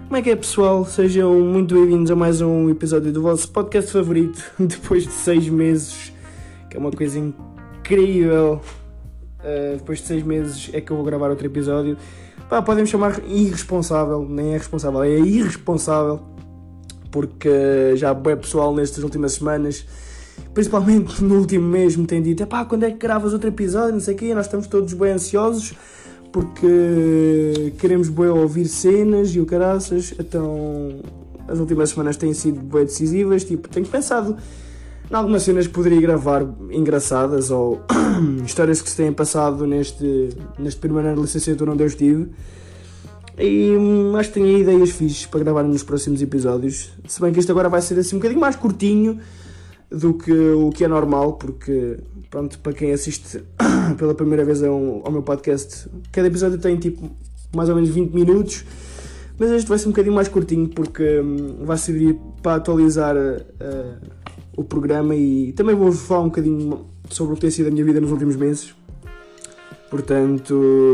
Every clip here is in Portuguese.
Como é que é, pessoal? Sejam muito bem-vindos a mais um episódio do vosso podcast favorito, depois de 6 meses, que é uma coisa incrível. Depois de 6 meses é que eu vou gravar outro episódio. Podem-me chamar irresponsável, nem é responsável, é irresponsável, porque já é pessoal nestas últimas semanas, principalmente no último mês, me tem dito: quando é que gravas outro episódio, não sei o quê. Nós estamos todos bem ansiosos, porque queremos bem ouvir cenas e o caraças. Então as últimas semanas têm sido bem decisivas. Tenho pensado em algumas cenas que poderia gravar engraçadas, ou histórias que se têm passado neste primeiro ano de licenciatura onde eu estive. E acho que tenho ideias fixes para gravar nos próximos episódios. Se bem que este agora vai ser assim um bocadinho mais curtinho do que o que é normal, porque, pronto, para quem assiste pela primeira vez ao meu podcast, cada episódio tem mais ou menos 20 minutos, mas este vai ser um bocadinho mais curtinho, porque vai servir para atualizar o programa, e também vou falar um bocadinho sobre o que tem sido a minha vida nos últimos meses. Portanto,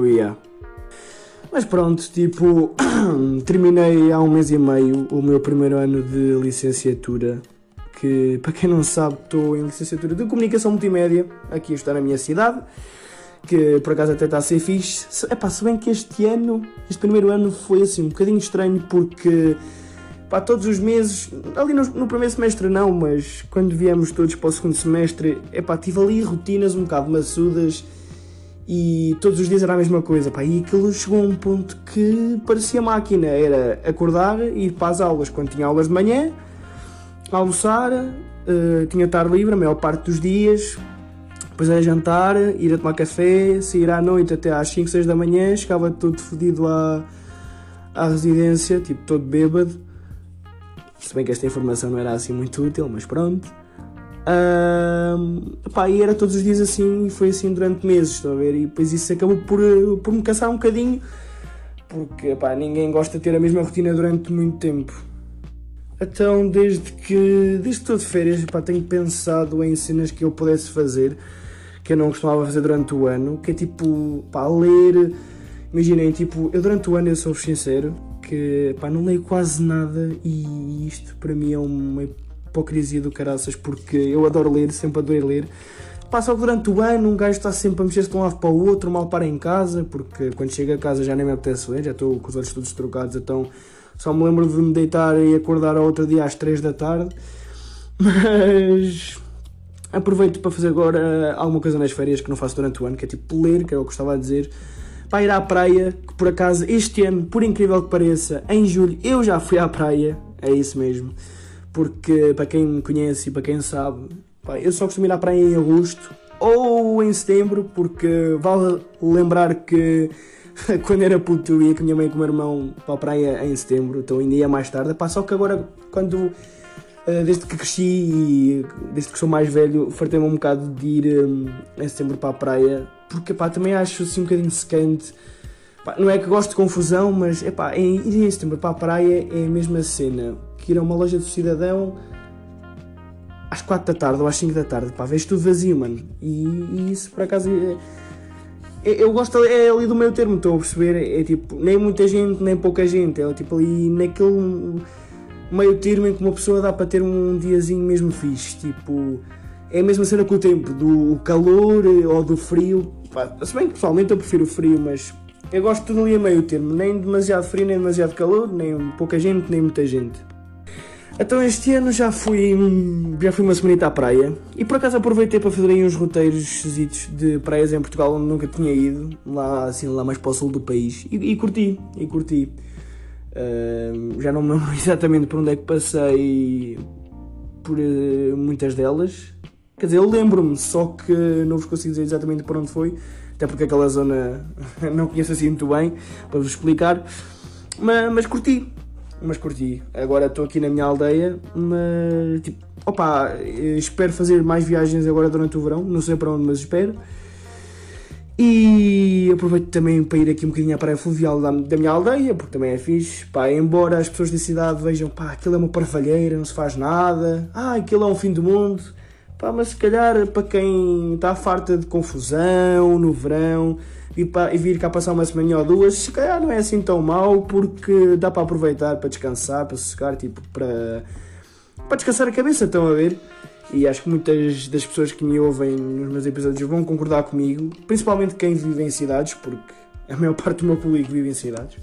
Mas pronto, terminei há 1 mês e meio o meu primeiro ano de licenciatura, que, para quem não sabe, estou em licenciatura de Comunicação Multimédia, aqui a estudar na minha cidade, que por acaso até está a ser fixe. Se bem que este primeiro ano foi assim um bocadinho estranho, porque todos os meses, ali no primeiro semestre não, mas quando viemos todos para o segundo semestre, tive ali rotinas um bocado maçudas, e todos os dias era a mesma coisa, e aquilo chegou a um ponto que parecia máquina. Era acordar, ir para as aulas quando tinha aulas de manhã, almoçar, tinha tarde livre a maior parte dos dias, depois era jantar, ir a tomar café, sair à noite até às 5, 6 da manhã, chegava todo fodido à residência, todo bêbado. Se bem que esta informação não era assim muito útil, mas pronto. E era todos os dias assim, e foi assim durante meses, estão a ver? E depois isso acabou por me cansar um bocadinho, porque ninguém gosta de ter a mesma rotina durante muito tempo. Então, desde que estou de férias, tenho pensado em cenas que eu pudesse fazer, que eu não costumava fazer durante o ano, que é ler. Imaginem, eu durante o ano, eu sou sincero, que não leio quase nada, e isto para mim é uma hipocrisia do caraças, porque eu adoro ler, sempre adorei ler. Só que durante o ano um gajo está sempre a mexer-se de um lado para o outro, mal para em casa, porque quando chego a casa já nem me apetece ler, já estou com os olhos todos trocados, então só me lembro de me deitar e acordar ao outro dia às 3 da tarde. Mas aproveito para fazer agora alguma coisa nas férias que não faço durante o ano, que é ler, que é o que eu estava a dizer. Ir à praia, que por acaso este ano, por incrível que pareça, em julho eu já fui à praia, é isso mesmo, porque para quem me conhece e para quem sabe, eu só costumo ir à praia em agosto ou em setembro, porque vale lembrar que quando era puto eu ia com a minha mãe e com o meu irmão para a praia em setembro, então ainda ia mais tarde. Só que agora, desde que cresci e desde que sou mais velho, fartei-me um bocado de ir em setembro para a praia, porque também acho assim um bocadinho secante. Não é que gosto de confusão, mas ir em setembro para a praia é a mesma cena que ir a uma loja do Cidadão às 4 da tarde ou às 5 da tarde, vês tudo vazio, mano, e isso por acaso eu gosto, é ali do meio termo, estão a perceber? Nem muita gente, nem pouca gente, é ali naquele meio termo em que uma pessoa dá para ter um diazinho mesmo fixe. É a mesma cena com o tempo, do calor ou do frio. Se bem que pessoalmente eu prefiro o frio, mas eu gosto de tudo ali a meio termo, nem demasiado frio, nem demasiado calor, nem pouca gente, nem muita gente. Então este ano já fui uma semanita à praia, e por acaso aproveitei para fazer aí uns roteiros de praias em Portugal onde nunca tinha ido, lá mais para o sul do país, e curti. Já não me lembro exatamente por onde é que passei por muitas delas, quer dizer, eu lembro-me, só que não vos consigo dizer exatamente por onde foi, até porque aquela zona não conheço assim muito bem para vos explicar, mas curti. Agora estou aqui na minha aldeia, mas espero fazer mais viagens agora durante o verão, não sei para onde, mas espero. E aproveito também para ir aqui um bocadinho à praia fluvial da minha aldeia, porque também é fixe. Embora as pessoas da cidade vejam, aquilo é uma parvalheira, não se faz nada, aquilo é um fim do mundo. Pá, mas se calhar para quem está farta de confusão no verão e vir cá passar uma semana ou duas, se calhar não é assim tão mau, porque dá para aproveitar para descansar, para sossegar, tipo, para descansar a cabeça, estão a ver? E acho que muitas das pessoas que me ouvem nos meus episódios vão concordar comigo, principalmente quem vive em cidades, porque a maior parte do meu público vive em cidades.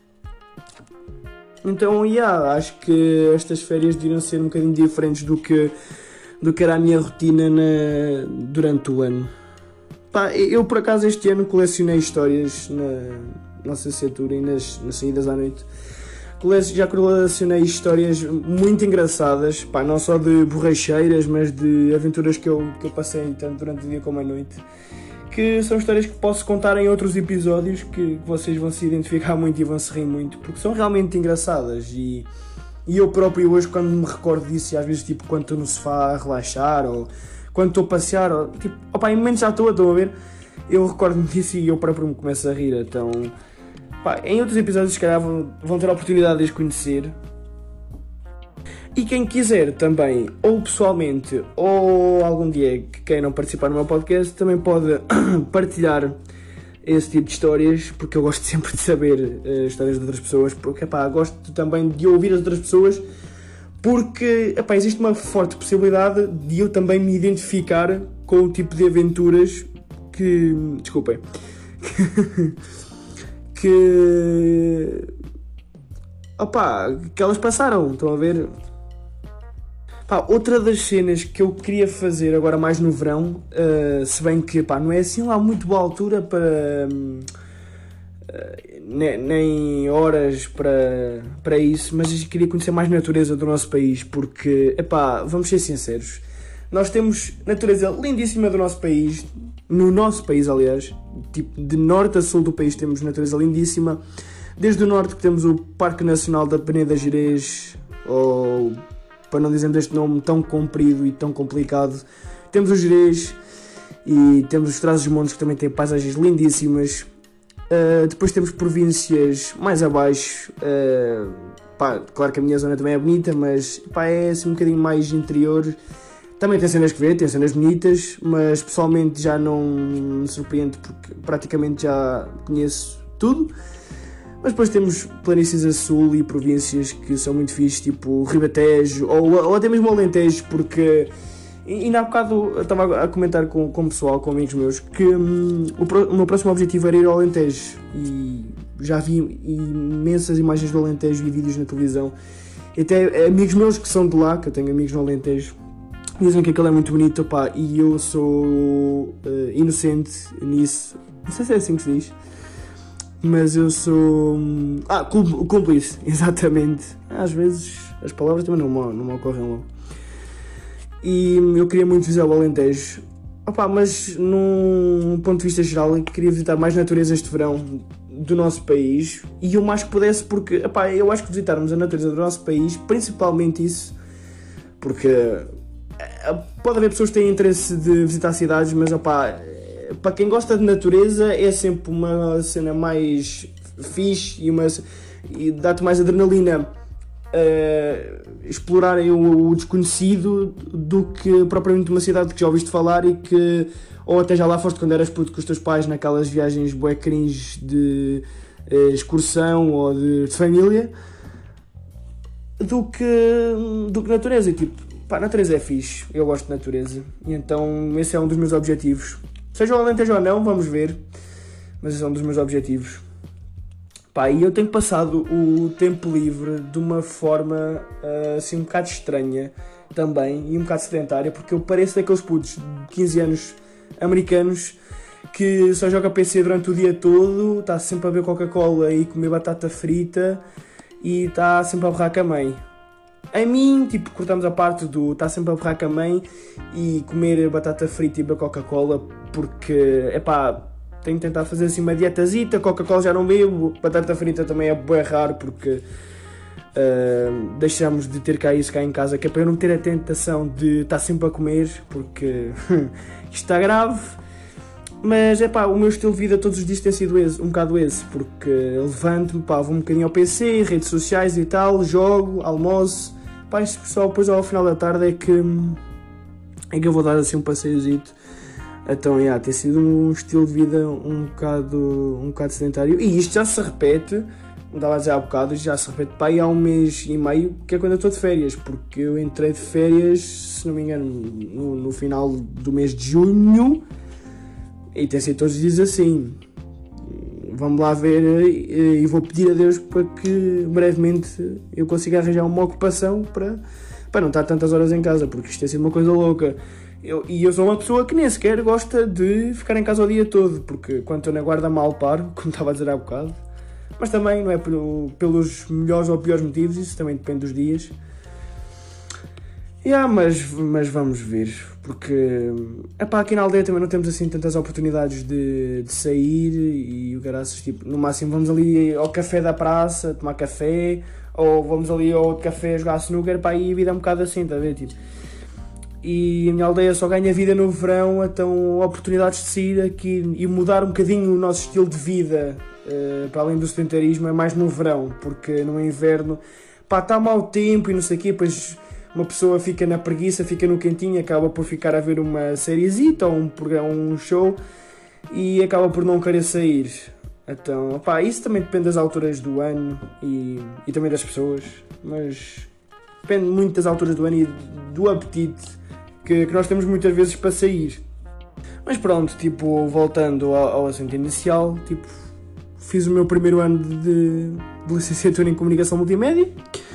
Então, acho que estas férias deviam ser um bocadinho diferentes do que era a minha rotina durante o ano. Pá, eu por acaso este ano colecionei histórias na nossa licenciatura e nas saídas à noite. Já colecionei histórias muito engraçadas, pá, não só de borracheiras, mas de aventuras que eu passei tanto durante o dia como a noite, que são histórias que posso contar em outros episódios, que vocês vão se identificar muito e vão se rir muito, porque são realmente engraçadas. E eu próprio hoje, quando me recordo disso, e às vezes tipo quando estou no sofá a relaxar, ou quando estou a passear, ou, tipo, em momentos já estou a ver, eu recordo-me disso e eu próprio me começo a rir. Então, pá, em outros episódios se calhar vão ter a oportunidade de as conhecer. E quem quiser também, ou pessoalmente, ou algum dia que queiram participar no meu podcast, também pode partilhar esse tipo de histórias, porque eu gosto sempre de saber histórias de outras pessoas, porque gosto também de ouvir as outras pessoas, porque existe uma forte possibilidade de eu também me identificar com o tipo de aventuras que... Desculpem. que elas passaram, estão a ver? Outra das cenas que eu queria fazer agora mais no verão, se bem que não é assim lá muito boa altura para nem horas para isso, mas eu queria conhecer mais natureza do nosso país, porque vamos ser sinceros, nós temos natureza lindíssima do nosso país, no nosso país aliás, tipo, de norte a sul do país temos natureza lindíssima, desde o norte que temos o Parque Nacional da Peneda Gerês, ou para não dizermos este nome tão comprido e tão complicado, temos o Gerês e temos os Trás-os-Montes, que também têm paisagens lindíssimas. Depois temos províncias mais abaixo, claro que a minha zona também é bonita, mas é assim um bocadinho mais interior. Também tem cenas que ver, tem cenas bonitas, mas pessoalmente já não me surpreende porque praticamente já conheço tudo. Mas depois temos planícies a sul e províncias que são muito fixes, tipo Ribatejo ou até mesmo Alentejo, porque ainda há bocado eu estava a comentar com o pessoal, com amigos meus, que o meu próximo objetivo era ir ao Alentejo, e já vi imensas imagens do Alentejo e vídeos na televisão, e até amigos meus que são de lá, que eu tenho amigos no Alentejo, dizem que aquilo é muito bonito, e eu sou inocente nisso, não sei se é assim que se diz, mas eu sou... cúmplice, exatamente. Às vezes as palavras também não me ocorrem logo. E eu queria muito visitar o Alentejo. Mas num ponto de vista geral, eu queria visitar mais natureza este verão do nosso país. E o mais que pudesse, porque eu acho que visitarmos a natureza do nosso país, principalmente isso, porque pode haver pessoas que têm interesse de visitar cidades, mas para quem gosta de natureza é sempre uma cena mais fixe e dá-te mais adrenalina explorarem o desconhecido do que propriamente uma cidade que já ouviste falar e que ou até já lá foste quando eras puto com os teus pais naquelas viagens bué cringe de excursão ou de família, do que natureza. E tipo, natureza é fixe, eu gosto de natureza, e então esse é um dos meus objetivos. Seja o Alentejo ou não, vamos ver. Mas esse é um dos meus objetivos. E eu tenho passado o tempo livre de uma forma assim um bocado estranha também, e um bocado sedentária, porque eu pareço daqueles putos de 15 anos americanos que só joga PC durante o dia todo, está sempre a beber Coca-Cola e comer batata frita e está sempre a berrar com a mãe. A mim, tipo, cortamos a parte do estar sempre a berrar com a mãe e comer batata frita e beber Coca-Cola, porque, tenho que tentar fazer assim uma dietazita. Coca-Cola já não bebo, batata frita também é bem raro, porque deixamos de ter isso cá em casa, que é para eu não ter a tentação de estar sempre a comer, porque isto está grave. Mas o meu estilo de vida todos os dias tem sido um bocado esse, porque levanto-me, vou um bocadinho ao PC, redes sociais e tal, jogo, almoço, isto só depois ao final da tarde é em que eu vou dar assim um passeiozito. Então, tem sido um estilo de vida um bocado sedentário. E isto já se repete, como estava a dizer há bocado, já se repete para aí há 1 mês e meio, que é quando eu estou de férias. Porque eu entrei de férias, se não me engano, no final do mês de junho. E tem sido todos os dias assim. Vamos lá ver e vou pedir a Deus para que brevemente eu consiga arranjar uma ocupação para não estar tantas horas em casa, porque isto tem sido uma coisa louca. Eu sou uma pessoa que nem sequer gosta de ficar em casa o dia todo, porque quando estou na guarda mal paro, como estava a dizer há bocado. Mas também não é pelos melhores ou piores motivos, isso também depende dos dias. Mas vamos ver, porque aqui na aldeia também não temos assim tantas oportunidades de sair e o caraças, tipo, no máximo vamos ali ao café da praça tomar café, ou vamos ali ao outro café jogar snooker, e a vida é um bocado assim, está a ver, tipo. E a minha aldeia só ganha vida no verão, então oportunidades de sair aqui e mudar um bocadinho o nosso estilo de vida, para além do sedentarismo, é mais no verão, porque no inverno, está mau tempo e não sei o quê, pois uma pessoa fica na preguiça, fica no quentinho, acaba por ficar a ver uma sériezita ou um show e acaba por não querer sair. Então, isso também depende das alturas do ano e também das pessoas, mas depende muito das alturas do ano e do apetite que nós temos muitas vezes para sair. Mas pronto, tipo, voltando ao assunto inicial, tipo, fiz o meu primeiro ano de licenciatura em Comunicação Multimédia.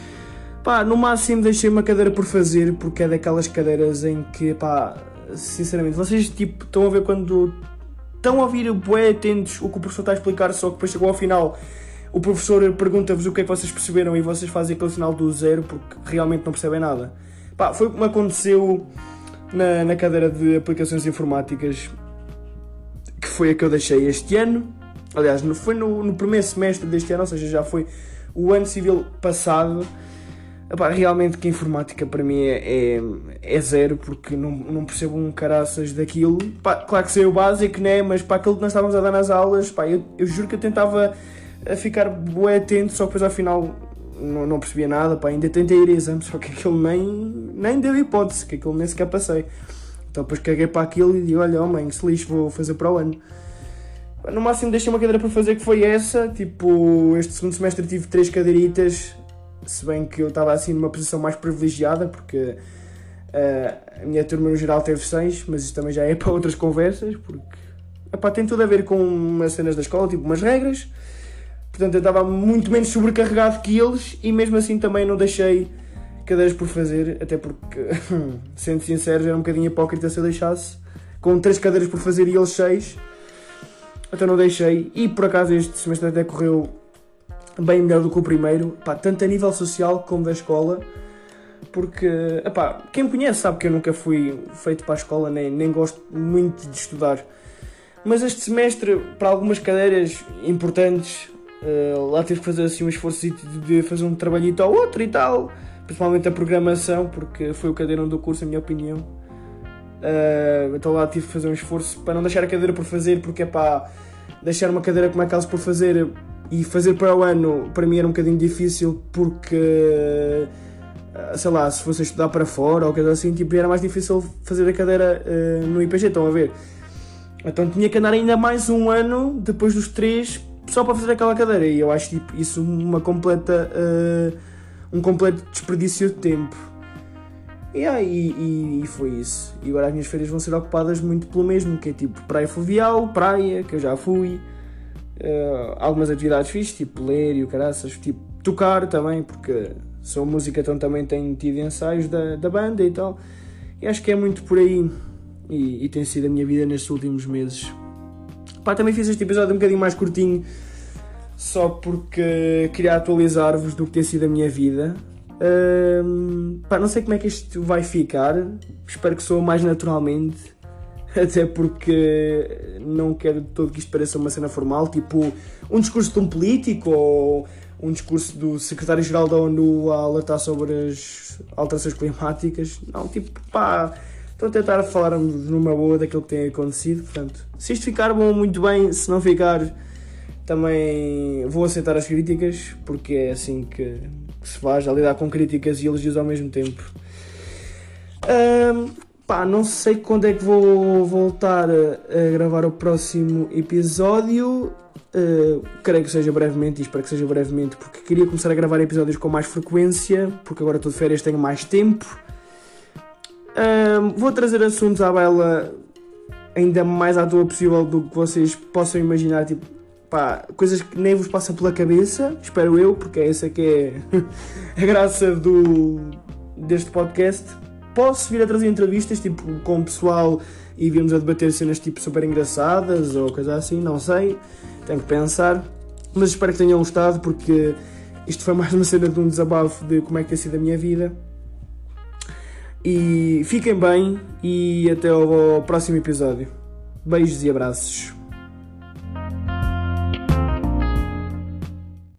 No máximo deixei uma cadeira por fazer, porque é daquelas cadeiras em que, sinceramente, vocês tipo, estão a ver quando estão a ouvir bué atentos o que o professor está a explicar, só que depois chegou ao final, o professor pergunta-vos o que é que vocês perceberam e vocês fazem aquele sinal do zero porque realmente não percebem nada. Foi o que me aconteceu na cadeira de Aplicações Informáticas, que foi a que eu deixei este ano. Aliás, foi no primeiro semestre deste ano, ou seja, já foi o ano civil passado. Realmente que a informática para mim é zero, porque não percebo um caraças daquilo. Claro que sei o básico, né? Mas para aquilo que nós estávamos a dar nas aulas, eu juro que eu tentava ficar bué atento, só que depois ao final não percebia nada, ainda tentei ir a exame, só que aquilo nem deu hipótese, que aquilo nem sequer passei. Então depois caguei para aquilo e digo, olha, mãe, se lixo, vou fazer para o ano. No máximo deixei uma cadeira para fazer, que foi essa. Tipo, este segundo semestre tive 3 cadeiritas, se bem que eu estava assim numa posição mais privilegiada, porque a minha turma no geral teve 6, mas isso também já é para outras conversas, porque tem tudo a ver com umas cenas da escola, tipo umas regras. Portanto, eu estava muito menos sobrecarregado que eles e mesmo assim também não deixei cadeiras por fazer, até porque, sendo sincero, era um bocadinho hipócrita se eu deixasse, com 3 cadeiras por fazer e eles 6. Então não deixei, e por acaso este semestre até correu bem melhor do que o primeiro, tanto a nível social como da escola, porque, quem me conhece sabe que eu nunca fui feito para a escola, nem gosto muito de estudar. Mas este semestre, para algumas cadeiras importantes, lá tive que fazer assim um esforço de fazer um trabalhito ao outro e tal, principalmente a programação, porque foi o cadeirão do curso, na minha opinião. Então lá tive que fazer um esforço para não deixar a cadeira por fazer, porque deixar uma cadeira como aquelas por fazer e fazer para o ano, para mim era um bocadinho difícil, porque, sei lá, se fosse estudar para fora ou coisa assim, tipo, era mais difícil fazer a cadeira no IPG, estão a ver? Então tinha que andar ainda mais um ano, depois dos 3, só para fazer aquela cadeira, e eu acho tipo, isso um completo desperdício de tempo. E foi isso. E agora as minhas férias vão ser ocupadas muito pelo mesmo, que é tipo praia fluvial, praia, que eu já fui, algumas atividades fixes, tipo ler e o caraças, tipo tocar também, porque sou música, então também tenho tido ensaios da banda e tal. E acho que é muito por aí, e tem sido a minha vida nestes últimos meses. Também fiz este episódio um bocadinho mais curtinho, só porque queria atualizar-vos do que tem sido a minha vida. Não sei como é que isto vai ficar, espero que soa mais naturalmente, até porque não quero de todo que isto pareça uma cena formal, tipo um discurso de um político ou um discurso do secretário-geral da ONU a alertar sobre as alterações climáticas. Não, tipo, estou a tentar falar numa boa daquilo que tem acontecido. Portanto, se isto ficar bom, muito bem, se não ficar, também vou aceitar as críticas, porque é assim que se faz, a lidar com críticas e elogios ao mesmo tempo. Pá, não sei quando é que vou voltar a gravar o próximo episódio. Creio que seja brevemente, e espero que seja brevemente, porque queria começar a gravar episódios com mais frequência, porque agora estou de férias, tenho mais tempo. Vou trazer assuntos à baila ainda mais à toa possível do que vocês possam imaginar, tipo, pá, coisas que nem vos passam pela cabeça, espero eu, porque essa que é a graça deste podcast. Posso vir a trazer entrevistas, tipo, com o pessoal e virmos a debater cenas, tipo, super engraçadas ou coisa assim, não sei, tenho que pensar, mas espero que tenham gostado, porque isto foi mais uma cena de um desabafo de como é que tem sido a minha vida. E fiquem bem e até ao próximo episódio. Beijos e abraços.